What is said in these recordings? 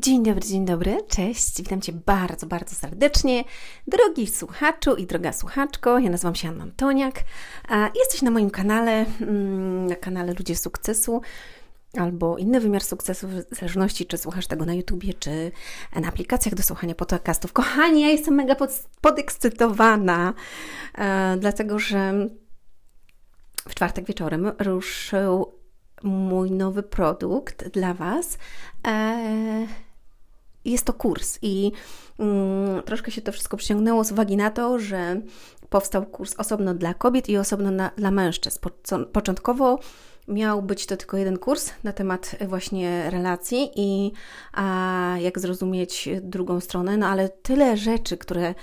Dzień dobry, cześć, witam Cię bardzo, bardzo serdecznie, drogi słuchaczu i droga słuchaczko, ja nazywam się Anna Antoniak, jesteś na moim kanale, na kanale Ludzie Sukcesu, albo inny wymiar sukcesu, w zależności czy słuchasz tego na YouTubie, czy na aplikacjach do słuchania podcastów. Kochani, ja jestem mega podekscytowana, dlatego że w czwartek wieczorem ruszył mój nowy produkt dla Was. Jest to kurs i troszkę się to wszystko przyciągnęło z uwagi na to, że powstał kurs osobno dla kobiet i osobno dla mężczyzn. Początkowo miał być to tylko jeden kurs na temat właśnie relacji i jak zrozumieć drugą stronę, no ale tyle rzeczy, które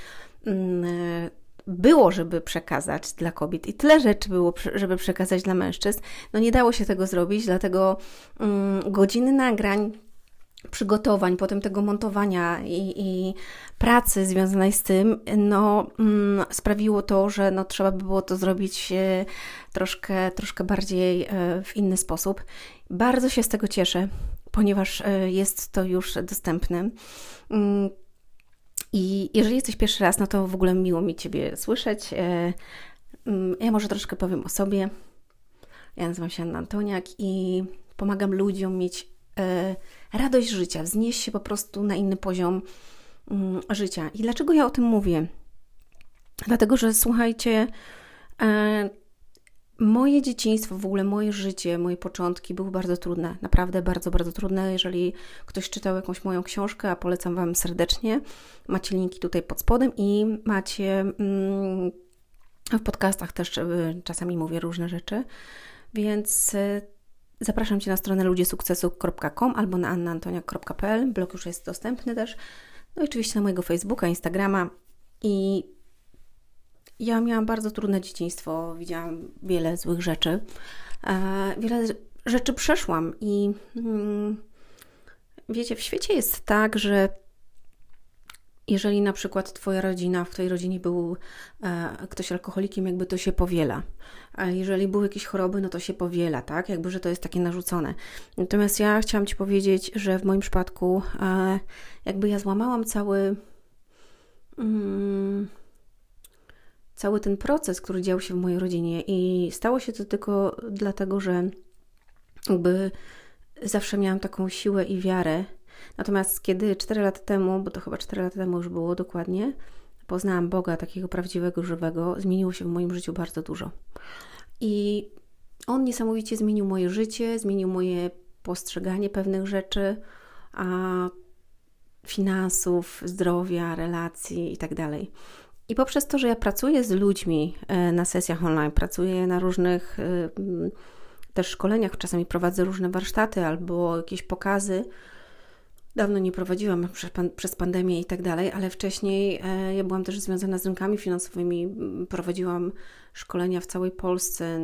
było, żeby przekazać dla kobiet i tyle rzeczy było, żeby przekazać dla mężczyzn, no nie dało się tego zrobić, dlatego godziny nagrań, przygotowań, potem tego montowania i pracy związanej z tym, sprawiło to, że trzeba by było to zrobić troszkę bardziej w inny sposób. Bardzo się z tego cieszę, ponieważ jest to już dostępne. I jeżeli jesteś pierwszy raz, no to w ogóle miło mi Ciebie słyszeć. Ja może troszkę powiem o sobie. Ja nazywam się Anna Antoniak i pomagam ludziom mieć radość życia, wznieść się po prostu na inny poziom życia. I dlaczego ja o tym mówię? Dlatego, że słuchajcie, moje dzieciństwo, w ogóle moje życie, moje początki były bardzo trudne. Naprawdę bardzo, bardzo trudne. Jeżeli ktoś czytał jakąś moją książkę, a polecam Wam serdecznie, macie linki tutaj pod spodem i macie w podcastach też czasami mówię różne rzeczy, więc zapraszam Cię na stronę ludziesukcesu.com albo na annaantoniak.pl. Blog już jest dostępny też. No i oczywiście na mojego Facebooka, Instagrama. I ja miałam bardzo trudne dzieciństwo. Widziałam wiele złych rzeczy. Wiele rzeczy przeszłam i wiecie, w świecie jest tak, że jeżeli na przykład Twoja rodzina, w Twojej rodzinie był ktoś alkoholikiem, jakby to się powiela. A jeżeli były jakieś choroby, no to się powiela, tak? Jakby, że to jest takie narzucone. Natomiast ja chciałam Ci powiedzieć, że w moim przypadku jakby ja złamałam cały ten proces, który dział się w mojej rodzinie i stało się to tylko dlatego, że jakby zawsze miałam taką siłę i wiarę. Natomiast kiedy 4 lata temu, bo to chyba 4 lata temu już było dokładnie, poznałam Boga, takiego prawdziwego, żywego, zmieniło się w moim życiu bardzo dużo. I On niesamowicie zmienił moje życie, zmienił moje postrzeganie pewnych rzeczy, finansów, zdrowia, relacji i tak dalej. I poprzez to, że ja pracuję z ludźmi na sesjach online, pracuję na różnych też szkoleniach, czasami prowadzę różne warsztaty albo jakieś pokazy. Dawno nie prowadziłam przez pandemię i tak dalej, ale wcześniej ja byłam też związana z rynkami finansowymi, prowadziłam szkolenia w całej Polsce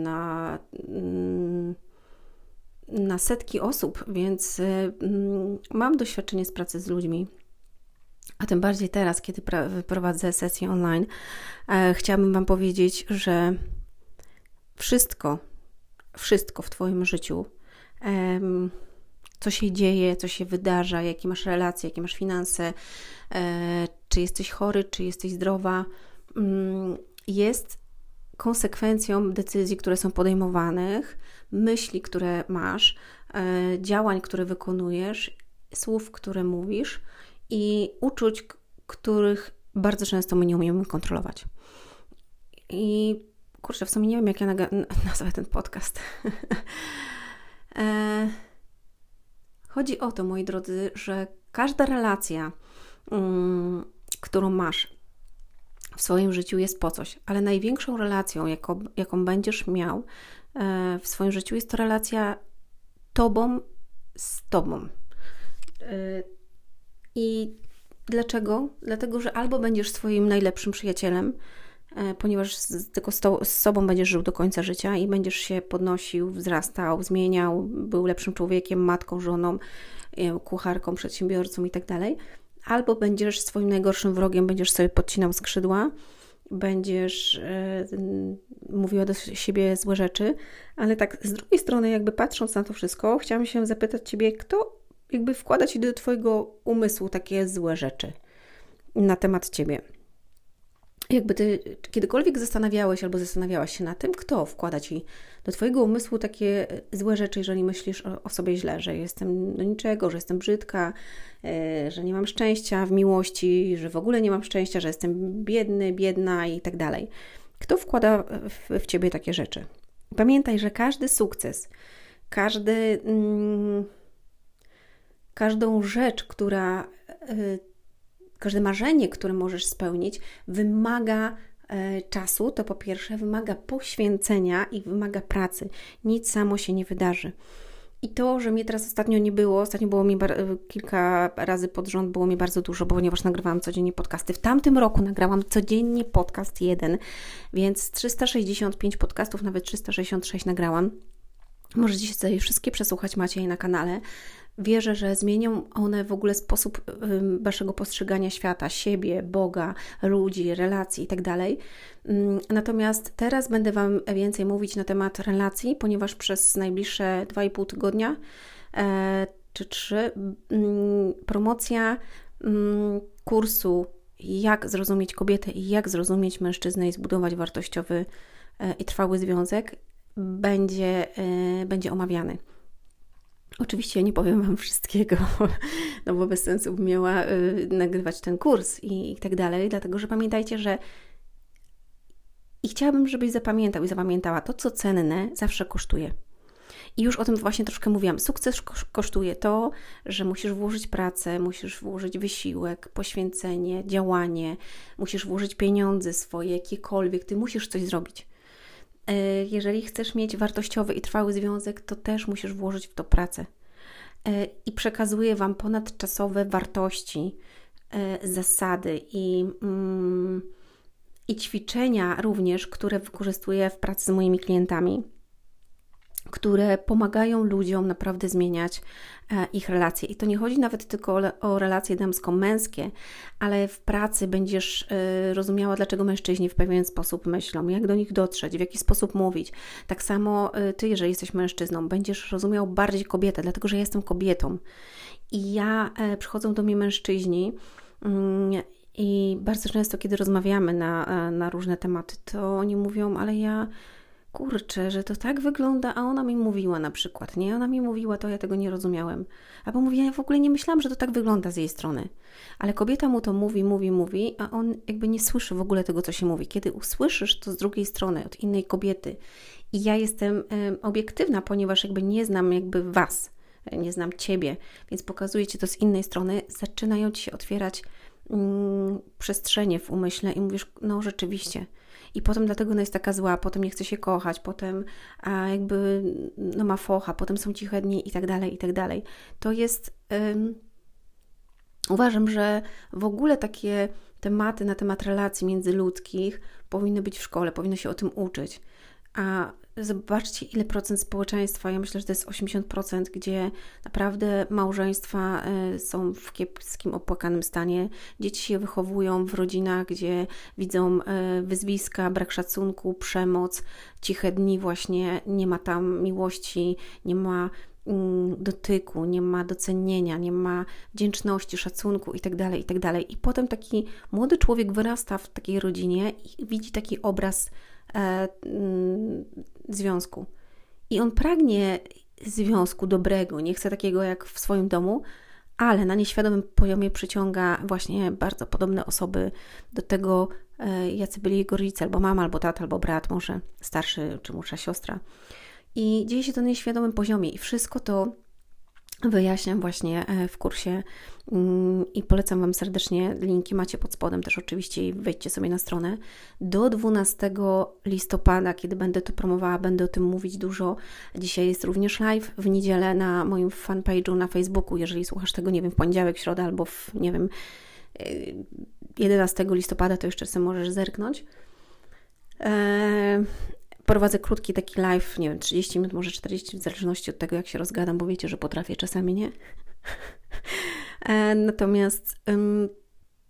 na setki osób, więc mam doświadczenie z pracy z ludźmi. A tym bardziej teraz, kiedy prowadzę sesje online, chciałabym Wam powiedzieć, że wszystko w Twoim życiu, co się dzieje, co się wydarza, jakie masz relacje, jakie masz finanse, czy jesteś chory, czy jesteś zdrowa, jest konsekwencją decyzji, które są podejmowanych, myśli, które masz, działań, które wykonujesz, słów, które mówisz i uczuć, których bardzo często my nie umiemy kontrolować. I kurczę, w sumie nie wiem, jak ja nazwę ten podcast. Chodzi o to, moi drodzy, że każda relacja, którą masz w swoim życiu jest po coś, ale największą relacją, jaką będziesz miał w swoim życiu, jest to relacja Tobą z Tobą. I dlaczego? Dlatego, że albo będziesz swoim najlepszym przyjacielem, ponieważ tylko z sobą będziesz żył do końca życia i będziesz się podnosił, wzrastał, zmieniał, był lepszym człowiekiem, matką, żoną, kucharką, przedsiębiorcą i tak dalej. Albo będziesz swoim najgorszym wrogiem, będziesz sobie podcinał skrzydła, będziesz mówiła do siebie złe rzeczy, ale tak z drugiej strony, jakby patrząc na to wszystko, chciałam się zapytać Ciebie, kto jakby wkładać do Twojego umysłu takie złe rzeczy na temat Ciebie. Jakby Ty kiedykolwiek zastanawiałeś albo zastanawiałaś się na tym, kto wkłada Ci do Twojego umysłu takie złe rzeczy, jeżeli myślisz o sobie źle, że jestem do niczego, że jestem brzydka, że nie mam szczęścia w miłości, że w ogóle nie mam szczęścia, że jestem biedny, biedna i tak dalej. Kto wkłada w Ciebie takie rzeczy? Pamiętaj, że każdy sukces, każdą rzecz, każde marzenie, które możesz spełnić, wymaga czasu, to po pierwsze, wymaga poświęcenia i wymaga pracy. Nic samo się nie wydarzy. I to, że mnie teraz ostatnio było mi kilka razy pod rząd, było mi bardzo dużo, ponieważ nagrywałam codziennie podcasty. W tamtym roku nagrałam codziennie podcast 1, więc 365 podcastów, nawet 366 nagrałam. Możecie sobie wszystkie przesłuchać, macie je na kanale. Wierzę, że zmienią one w ogóle sposób Waszego postrzegania świata, siebie, Boga, ludzi, relacji itd. Natomiast teraz będę Wam więcej mówić na temat relacji, ponieważ przez najbliższe 2,5 tygodnia czy 3 promocja kursu Jak zrozumieć kobietę i jak zrozumieć mężczyznę i zbudować wartościowy i trwały związek będzie omawiany. Oczywiście nie powiem Wam wszystkiego, no bo bez sensu bym miała nagrywać ten kurs i tak dalej, dlatego że pamiętajcie, że i chciałabym, żebyś zapamiętał i zapamiętała, to co cenne zawsze kosztuje. I już o tym właśnie troszkę mówiłam. Sukces kosztuje to, że musisz włożyć pracę, musisz włożyć wysiłek, poświęcenie, działanie, musisz włożyć pieniądze swoje, jakiekolwiek, Ty musisz coś zrobić. Jeżeli chcesz mieć wartościowy i trwały związek, to też musisz włożyć w to pracę. I przekazuję Wam ponadczasowe wartości, zasady i ćwiczenia również, które wykorzystuję w pracy z moimi klientami, które pomagają ludziom naprawdę zmieniać ich relacje. I to nie chodzi nawet tylko o relacje damsko-męskie, ale w pracy będziesz rozumiała, dlaczego mężczyźni w pewien sposób myślą, jak do nich dotrzeć, w jaki sposób mówić. Tak samo Ty, jeżeli jesteś mężczyzną, będziesz rozumiał bardziej kobietę, dlatego że ja jestem kobietą. I przychodzą do mnie mężczyźni i bardzo często, kiedy rozmawiamy na różne tematy, to oni mówią, ale kurczę, że to tak wygląda, a ona mi mówiła na przykład, nie? Ona mi mówiła to, ja tego nie rozumiałem. Albo mówię, ja w ogóle nie myślałam, że to tak wygląda z jej strony. Ale kobieta mu to mówi, a on jakby nie słyszy w ogóle tego, co się mówi. Kiedy usłyszysz to z drugiej strony, od innej kobiety i ja jestem obiektywna, ponieważ jakby nie znam jakby Was, nie znam Ciebie, więc pokazuję Ci to z innej strony, zaczynają Ci się otwierać przestrzenie w umyśle i mówisz, no rzeczywiście. I potem dlatego ona jest taka zła, potem nie chce się kochać, potem jakby ma focha, potem są ciche dni i tak dalej, i tak dalej. To jest... Uważam, że w ogóle takie tematy na temat relacji międzyludzkich powinny być w szkole, powinno się o tym uczyć. A zobaczcie, ile procent społeczeństwa, ja myślę, że to jest 80%, gdzie naprawdę małżeństwa są w kiepskim, opłakanym stanie. Dzieci się wychowują w rodzinach, gdzie widzą wyzwiska, brak szacunku, przemoc, ciche dni właśnie, nie ma tam miłości, nie ma dotyku, nie ma docenienia, nie ma wdzięczności, szacunku itd., itd. I potem taki młody człowiek wyrasta w takiej rodzinie i widzi taki obraz związku. I on pragnie związku dobrego, nie chce takiego jak w swoim domu, ale na nieświadomym poziomie przyciąga właśnie bardzo podobne osoby do tego, jacy byli jego rodzice, albo mama, albo tata, albo brat, może starszy czy młodsza siostra. I dzieje się to na nieświadomym poziomie i wszystko to wyjaśniam właśnie w kursie i polecam Wam serdecznie, linki macie pod spodem też oczywiście i wejdźcie sobie na stronę. Do 12 listopada, kiedy będę to promowała, będę o tym mówić dużo. Dzisiaj jest również live w niedzielę na moim fanpage'u na Facebooku, jeżeli słuchasz tego, nie wiem, w poniedziałek, środę albo w, nie wiem, 11 listopada, to jeszcze sobie możesz zerknąć. Prowadzę krótki taki live, nie wiem, 30 minut, może 40, w zależności od tego, jak się rozgadam, bo wiecie, że potrafię czasami, nie? Natomiast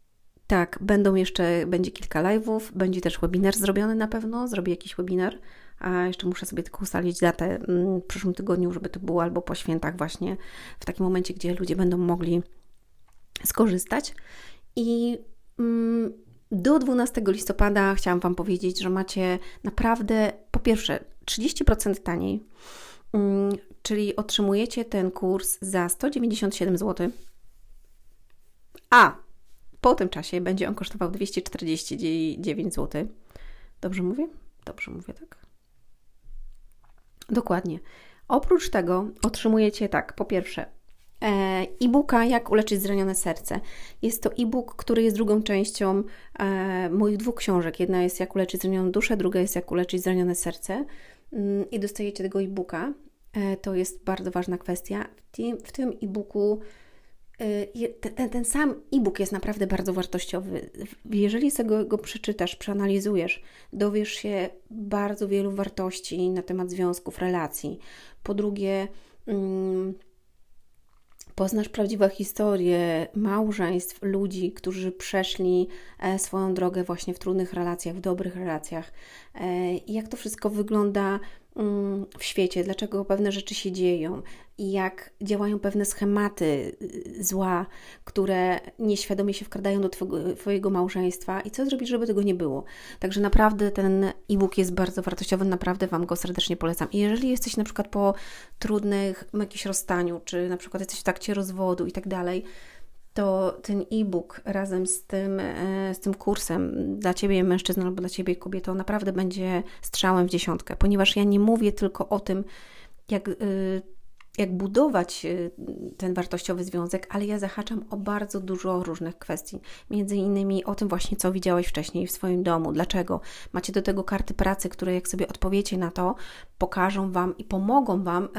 tak, będzie kilka live'ów, będzie też webinar zrobiony na pewno, zrobię jakiś webinar a jeszcze muszę sobie tylko ustalić datę w przyszłym tygodniu, żeby to było albo po świętach właśnie, w takim momencie, gdzie ludzie będą mogli skorzystać. I do 12 listopada chciałam Wam powiedzieć, że macie naprawdę, po pierwsze, 30% taniej, czyli otrzymujecie ten kurs za 197 zł, a po tym czasie będzie on kosztował 249 zł. Dobrze mówię? Dobrze mówię, tak? Dokładnie. Oprócz tego otrzymujecie tak, po pierwsze, e-booka Jak uleczyć zranione serce. Jest to e-book, który jest drugą częścią moich 2 książek. Jedna jest Jak uleczyć zranioną duszę, druga jest Jak uleczyć zranione serce. I dostajecie tego e-booka. To jest bardzo ważna kwestia. W tym e-booku ten sam e-book jest naprawdę bardzo wartościowy. Jeżeli sobie go przeczytasz, przeanalizujesz, dowiesz się bardzo wielu wartości na temat związków, relacji. Po drugie, poznasz prawdziwe historie małżeństw, ludzi, którzy przeszli swoją drogę właśnie w trudnych relacjach, w dobrych relacjach. I jak to wszystko wygląda w świecie, dlaczego pewne rzeczy się dzieją i jak działają pewne schematy zła, które nieświadomie się wkradają do Twojego małżeństwa i co zrobić, żeby tego nie było. Także naprawdę ten e-book jest bardzo wartościowy, naprawdę Wam go serdecznie polecam. I jeżeli jesteś na przykład po jakimś rozstaniu, czy na przykład jesteś w trakcie rozwodu i tak dalej, to ten e-book razem z tym kursem dla Ciebie mężczyzna albo dla Ciebie kobieto naprawdę będzie strzałem w dziesiątkę, ponieważ ja nie mówię tylko o tym, jak budować ten wartościowy związek, ale ja zahaczam o bardzo dużo różnych kwestii. Między innymi o tym właśnie, co widziałeś wcześniej w swoim domu. Dlaczego? Macie do tego karty pracy, które jak sobie odpowiecie na to, pokażą Wam i pomogą Wam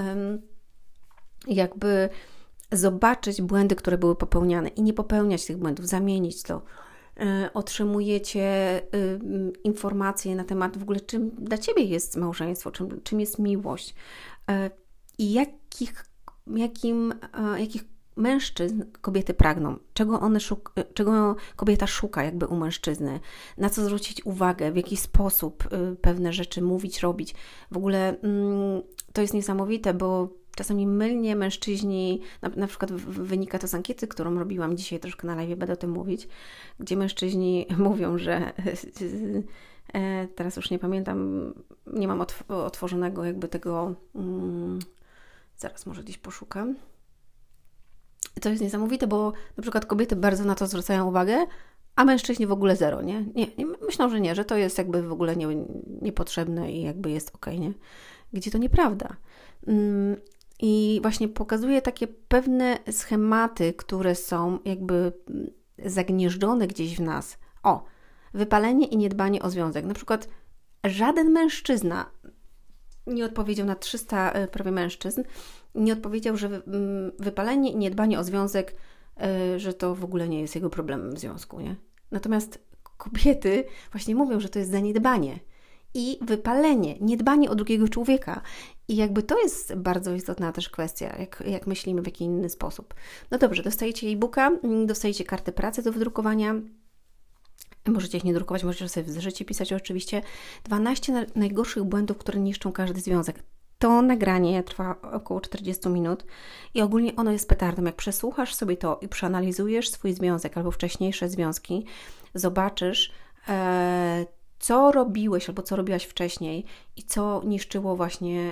jakby zobaczyć błędy, które były popełniane i nie popełniać tych błędów, zamienić to. Otrzymujecie informacje na temat w ogóle, czym dla Ciebie jest małżeństwo, czym jest miłość i jakich mężczyzn kobiety pragną, czego kobieta szuka jakby u mężczyzny, na co zwrócić uwagę, w jaki sposób pewne rzeczy mówić, robić. W ogóle to jest niesamowite, bo czasami mylnie mężczyźni, na przykład wynika to z ankiety, którą robiłam dzisiaj troszkę na live, będę o tym mówić, gdzie mężczyźni mówią, że teraz już nie pamiętam, nie mam otworzonego jakby tego, zaraz może gdzieś poszukam. To jest niesamowite, bo na przykład kobiety bardzo na to zwracają uwagę, a mężczyźni w ogóle zero, nie? Myślą, że nie, że to jest jakby w ogóle niepotrzebne i jakby jest okej, nie? Gdzie to nieprawda. I właśnie pokazuje takie pewne schematy, które są jakby zagnieżdżone gdzieś w nas. Wypalenie i niedbanie o związek. Na przykład żaden mężczyzna nie odpowiedział na 300 prawie mężczyzn, nie odpowiedział, że wypalenie i niedbanie o związek, że to w ogóle nie jest jego problemem w związku, nie? Natomiast kobiety właśnie mówią, że to jest zaniedbanie i wypalenie, niedbanie o drugiego człowieka. I jakby to jest bardzo istotna też kwestia, jak myślimy w jaki inny sposób. No dobrze, dostajecie e-booka, dostajecie kartę pracy do wydrukowania. Możecie ich nie drukować, możecie sobie w zeszycie pisać oczywiście. 12 najgorszych błędów, które niszczą każdy związek. To nagranie trwa około 40 minut i ogólnie ono jest petardą. Jak przesłuchasz sobie to i przeanalizujesz swój związek albo wcześniejsze związki, zobaczysz, co robiłeś albo co robiłaś wcześniej i co niszczyło właśnie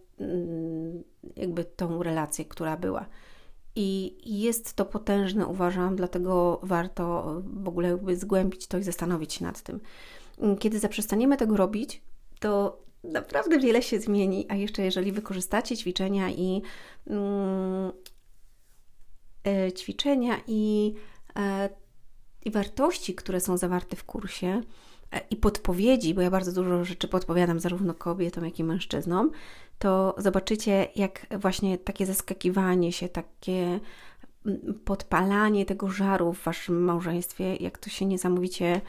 jakby tą relację, która była. I jest to potężne, uważam, dlatego warto w ogóle jakby zgłębić to i zastanowić się nad tym. Kiedy zaprzestaniemy tego robić, to naprawdę wiele się zmieni, a jeszcze jeżeli wykorzystacie ćwiczenia i wartości, które są zawarte w kursie i podpowiedzi, bo ja bardzo dużo rzeczy podpowiadam zarówno kobietom, jak i mężczyznom, to zobaczycie, jak właśnie takie zaskakiwanie się, takie podpalanie tego żaru w Waszym małżeństwie, jak to się niesamowicie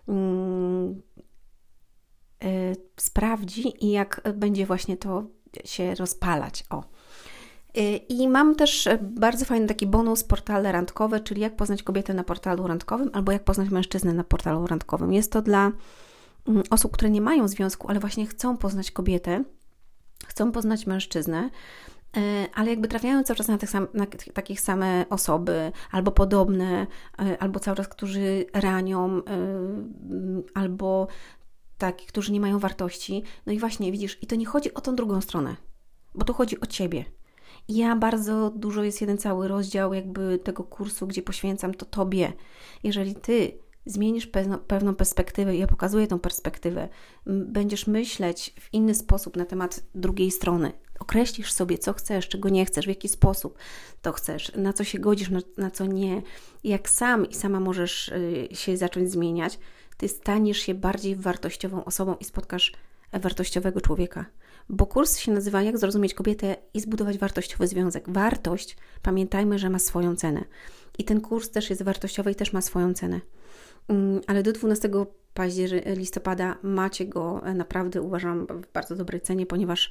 sprawdzi i jak będzie właśnie to się rozpalać. I mam też bardzo fajny taki bonus, portale randkowe, czyli jak poznać kobietę na portalu randkowym albo jak poznać mężczyznę na portalu randkowym. Jest to dla osób, które nie mają związku, ale właśnie chcą poznać kobietę, chcą poznać mężczyznę, ale jakby trafiają cały czas na takich same osoby, albo podobne, albo cały czas, którzy ranią, albo takich, którzy nie mają wartości. No i właśnie, widzisz, i to nie chodzi o tą drugą stronę, bo tu chodzi o Ciebie. Ja bardzo dużo, jest jeden cały rozdział jakby tego kursu, gdzie poświęcam to Tobie. Jeżeli Ty zmienisz pewną perspektywę i ja pokazuję tą perspektywę, będziesz myśleć w inny sposób na temat drugiej strony, określisz sobie, co chcesz, czego nie chcesz, w jaki sposób to chcesz, na co się godzisz, na co nie, jak sam i sama możesz się zacząć zmieniać, Ty staniesz się bardziej wartościową osobą i spotkasz wartościowego człowieka. Bo kurs się nazywa Jak zrozumieć kobietę i zbudować wartościowy związek. Wartość, pamiętajmy, że ma swoją cenę. I ten kurs też jest wartościowy i też ma swoją cenę. Ale do 12 listopada macie go, naprawdę uważam, w bardzo dobrej cenie, ponieważ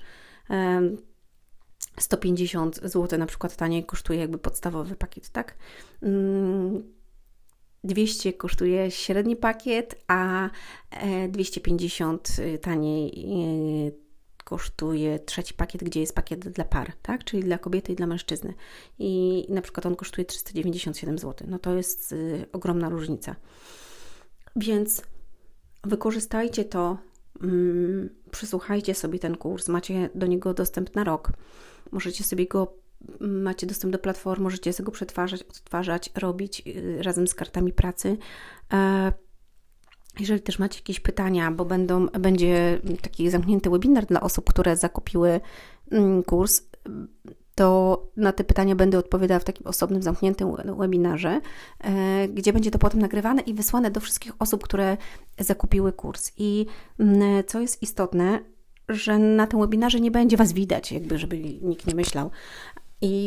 150 zł na przykład taniej kosztuje jakby podstawowy pakiet, tak? 200 kosztuje średni pakiet, a 250 taniej kosztuje trzeci pakiet, gdzie jest pakiet dla par, tak? Czyli dla kobiety i dla mężczyzny. I na przykład on kosztuje 397 zł. No to jest ogromna różnica. Więc wykorzystajcie to, przysłuchajcie sobie ten kurs, macie do niego dostęp na rok. Macie dostęp do platform, możecie sobie go przetwarzać, odtwarzać, robić razem z kartami pracy. Jeżeli też macie jakieś pytania, bo będzie taki zamknięty webinar dla osób, które zakupiły kurs, to na te pytania będę odpowiadała w takim osobnym, zamkniętym webinarze, gdzie będzie to potem nagrywane i wysłane do wszystkich osób, które zakupiły kurs. I co jest istotne, że na tym webinarze nie będzie Was widać, jakby żeby nikt nie myślał. I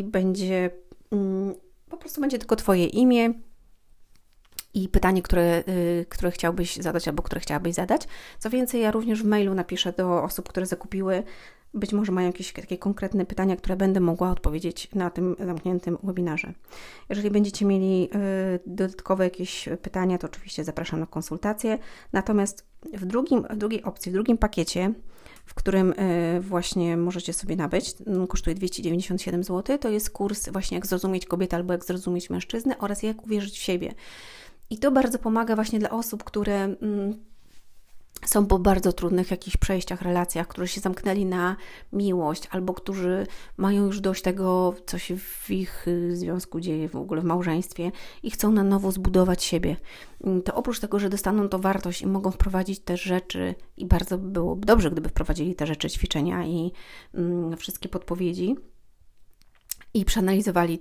po prostu będzie tylko Twoje imię i pytanie, które chciałbyś zadać albo które chciałabyś zadać. Co więcej, ja również w mailu napiszę do osób, które zakupiły. Być może mają jakieś takie konkretne pytania, które będę mogła odpowiedzieć na tym zamkniętym webinarze. Jeżeli będziecie mieli dodatkowe jakieś pytania, to oczywiście zapraszam na konsultację. Natomiast w drugiej opcji, w drugim pakiecie, w którym właśnie możecie sobie nabyć, kosztuje 297 zł, to jest kurs właśnie jak zrozumieć kobietę albo jak zrozumieć mężczyznę oraz jak uwierzyć w siebie. I to bardzo pomaga właśnie dla osób, które są po bardzo trudnych jakichś przejściach, relacjach, którzy się zamknęli na miłość albo którzy mają już dość tego, co się w ich związku dzieje, w ogóle w małżeństwie i chcą na nowo zbudować siebie. To oprócz tego, że dostaną to wartość i mogą wprowadzić te rzeczy i bardzo by było dobrze, gdyby wprowadzili te rzeczy, ćwiczenia i wszystkie podpowiedzi i przeanalizowali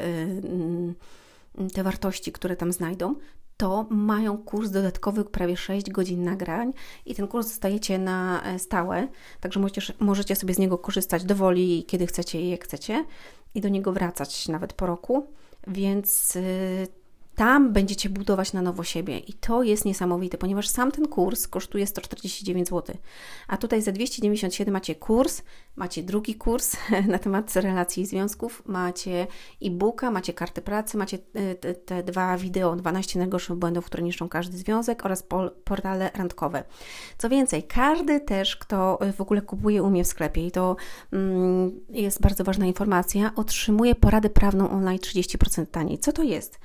te wartości, które tam znajdą, to mają kurs dodatkowy, prawie 6 godzin nagrań i ten kurs dostajecie na stałe, także możecie sobie z niego korzystać do woli, kiedy chcecie i jak chcecie i do niego wracać nawet po roku, więc tam będziecie budować na nowo siebie i to jest niesamowite, ponieważ sam ten kurs kosztuje 149 zł, a tutaj za 297 macie kurs, macie drugi kurs na temat relacji i związków, macie e-booka, macie karty pracy, macie te 2 wideo, 12 najgorszych błędów, które niszczą każdy związek oraz portale randkowe. Co więcej, każdy też, kto w ogóle kupuje u mnie w sklepie i to jest bardzo ważna informacja, otrzymuje poradę prawną online 30% taniej. Co to jest?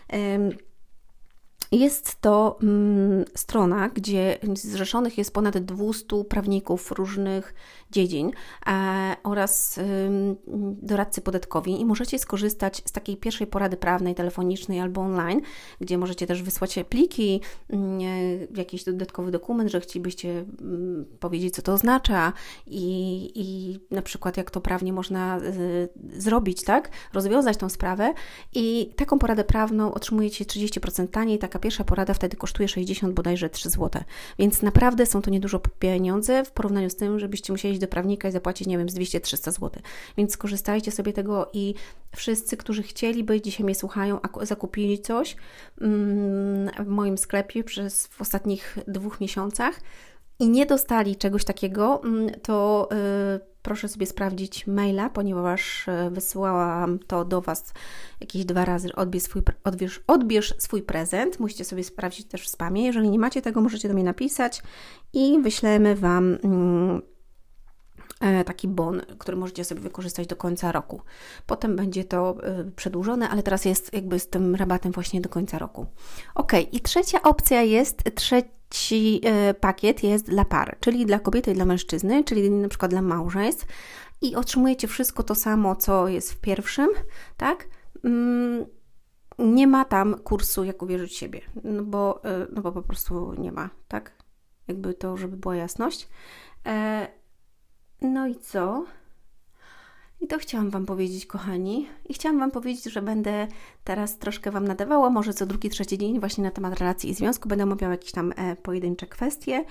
Jest to strona, gdzie zrzeszonych jest ponad 200 prawników różnych dziedzin oraz doradcy podatkowi i możecie skorzystać z takiej pierwszej porady prawnej, telefonicznej albo online, gdzie możecie też wysłać pliki, jakiś dodatkowy dokument, że chcielibyście powiedzieć, co to oznacza i na przykład jak to prawnie można zrobić, tak? Rozwiązać tą sprawę i taką poradę prawną otrzymujecie 30% taniej, taka pierwsza porada wtedy kosztuje 60 bodajże 3 zł. Więc naprawdę są to niedużo pieniądze w porównaniu z tym, żebyście musieli iść do prawnika i zapłacić, nie wiem, z 200-300 zł. Więc skorzystajcie sobie tego i wszyscy, którzy chcieliby, dzisiaj mnie słuchają, a zakupili coś w moim sklepie w ostatnich 2 miesiącach i nie dostali czegoś takiego, to proszę sobie sprawdzić maila, ponieważ wysyłałam to do Was jakieś 2 razy, odbierz swój prezent. Musicie sobie sprawdzić też w spamie. Jeżeli nie macie tego, możecie do mnie napisać i wyślemy Wam taki bon, który możecie sobie wykorzystać do końca roku. Potem będzie to przedłużone, ale teraz jest jakby z tym rabatem właśnie do końca roku. Ok, i trzecia opcja jest, trzeci pakiet jest dla par, czyli dla kobiety i dla mężczyzny, czyli na przykład dla małżeństw i otrzymujecie wszystko to samo, co jest w pierwszym, tak? Nie ma tam kursu, jak uwierzyć w siebie, no bo po prostu nie ma, tak? Jakby to, żeby była jasność. No i co? I to chciałam Wam powiedzieć, kochani. I chciałam Wam powiedzieć, że będę teraz troszkę Wam nadawała, może co drugi, trzeci dzień właśnie na temat relacji i związku. Będę omawiała jakieś tam pojedyncze kwestie,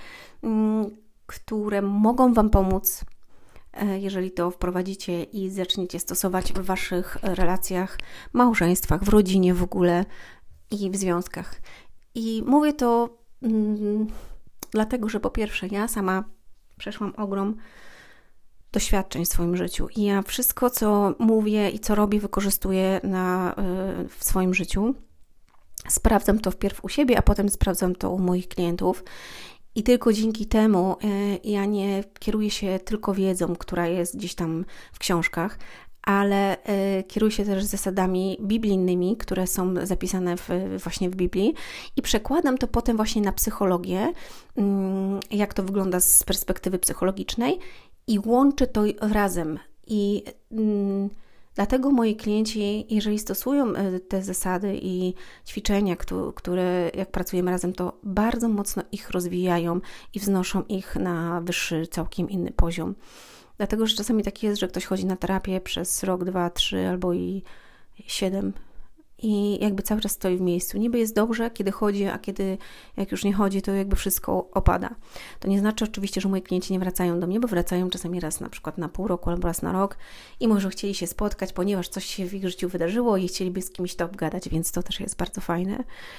które mogą Wam pomóc, jeżeli to wprowadzicie i zaczniecie stosować w Waszych relacjach, małżeństwach, w rodzinie w ogóle i w związkach. I mówię to dlatego, że po pierwsze ja sama przeszłam ogrom doświadczeń w swoim życiu i ja wszystko, co mówię i co robię, wykorzystuję w swoim życiu. Sprawdzam to wpierw u siebie, a potem sprawdzam to u moich klientów i tylko dzięki temu ja nie kieruję się tylko wiedzą, która jest gdzieś tam w książkach, ale kieruję się też zasadami biblijnymi, które są zapisane właśnie w Biblii i przekładam to potem właśnie na psychologię, jak to wygląda z perspektywy psychologicznej i łączę to razem. I dlatego moi klienci, jeżeli stosują te zasady i ćwiczenia, które jak pracujemy razem, to bardzo mocno ich rozwijają i wznoszą ich na wyższy, całkiem inny poziom. Dlatego, że czasami tak jest, że ktoś chodzi na terapię przez rok, 2, 3 albo i 7 i jakby cały czas stoi w miejscu. Niby jest dobrze, kiedy chodzi, a kiedy jak już nie chodzi, to jakby wszystko opada. To nie znaczy oczywiście, że moi klienci nie wracają do mnie, bo wracają czasami raz na przykład na pół roku albo raz na rok i może chcieli się spotkać, ponieważ coś się w ich życiu wydarzyło i chcieliby z kimś to obgadać, więc to też jest bardzo fajne.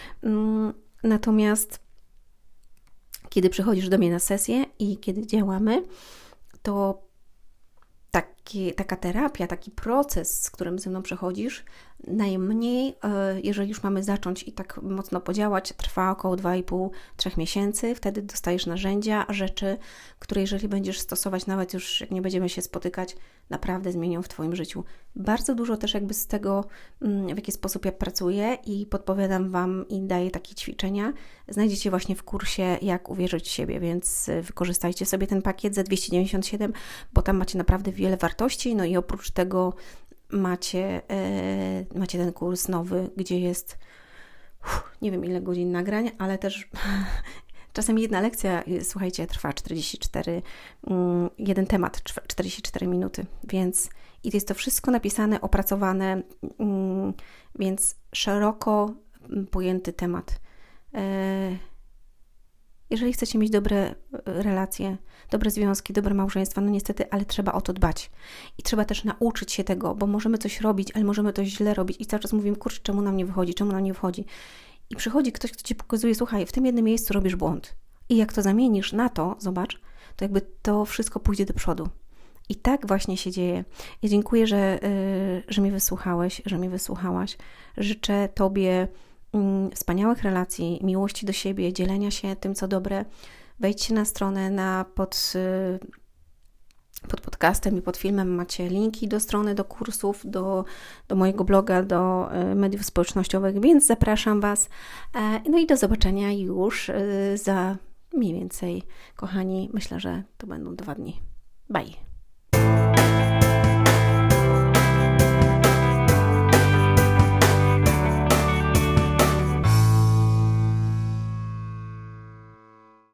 Natomiast kiedy przychodzisz do mnie na sesję i kiedy działamy, to taka terapia, taki proces, z którym ze mną przechodzisz, najmniej, jeżeli już mamy zacząć i tak mocno podziałać, trwa około 2,5-3 miesięcy. Wtedy dostajesz narzędzia, rzeczy, które jeżeli będziesz stosować, nawet już jak nie będziemy się spotykać, naprawdę zmienią w Twoim życiu. Bardzo dużo też jakby z tego, w jaki sposób ja pracuję i podpowiadam Wam i daję takie ćwiczenia, znajdziecie właśnie w kursie Jak uwierzyć w siebie, więc wykorzystajcie sobie ten pakiet za 297, bo tam macie naprawdę wiele wartości, no i oprócz tego macie ten kurs nowy, gdzie jest nie wiem ile godzin nagrań, ale też czasem jedna lekcja, słuchajcie, trwa 44, jeden temat, 44 minuty, więc i jest to wszystko napisane, opracowane, więc szeroko pojęty temat. Jeżeli chcecie mieć dobre relacje, dobre związki, dobre małżeństwa, no niestety, ale trzeba o to dbać. I trzeba też nauczyć się tego, bo możemy coś robić, ale możemy to źle robić i cały czas mówimy, kurczę, czemu nam nie wychodzi, czemu nam nie wychodzi. I przychodzi ktoś, kto Ci pokazuje, słuchaj, w tym jednym miejscu robisz błąd. I jak to zamienisz na to, zobacz, to jakby to wszystko pójdzie do przodu. I tak właśnie się dzieje. Ja dziękuję, że mnie wysłuchałeś, że mnie wysłuchałaś. Życzę Tobie wspaniałych relacji, miłości do siebie, dzielenia się tym, co dobre. Wejdźcie na stronę pod podcastem i pod filmem macie linki do strony, do kursów, do mojego bloga, do mediów społecznościowych, więc zapraszam Was. No i do zobaczenia już za mniej więcej, kochani, myślę, że to będą 2 dni. Bye!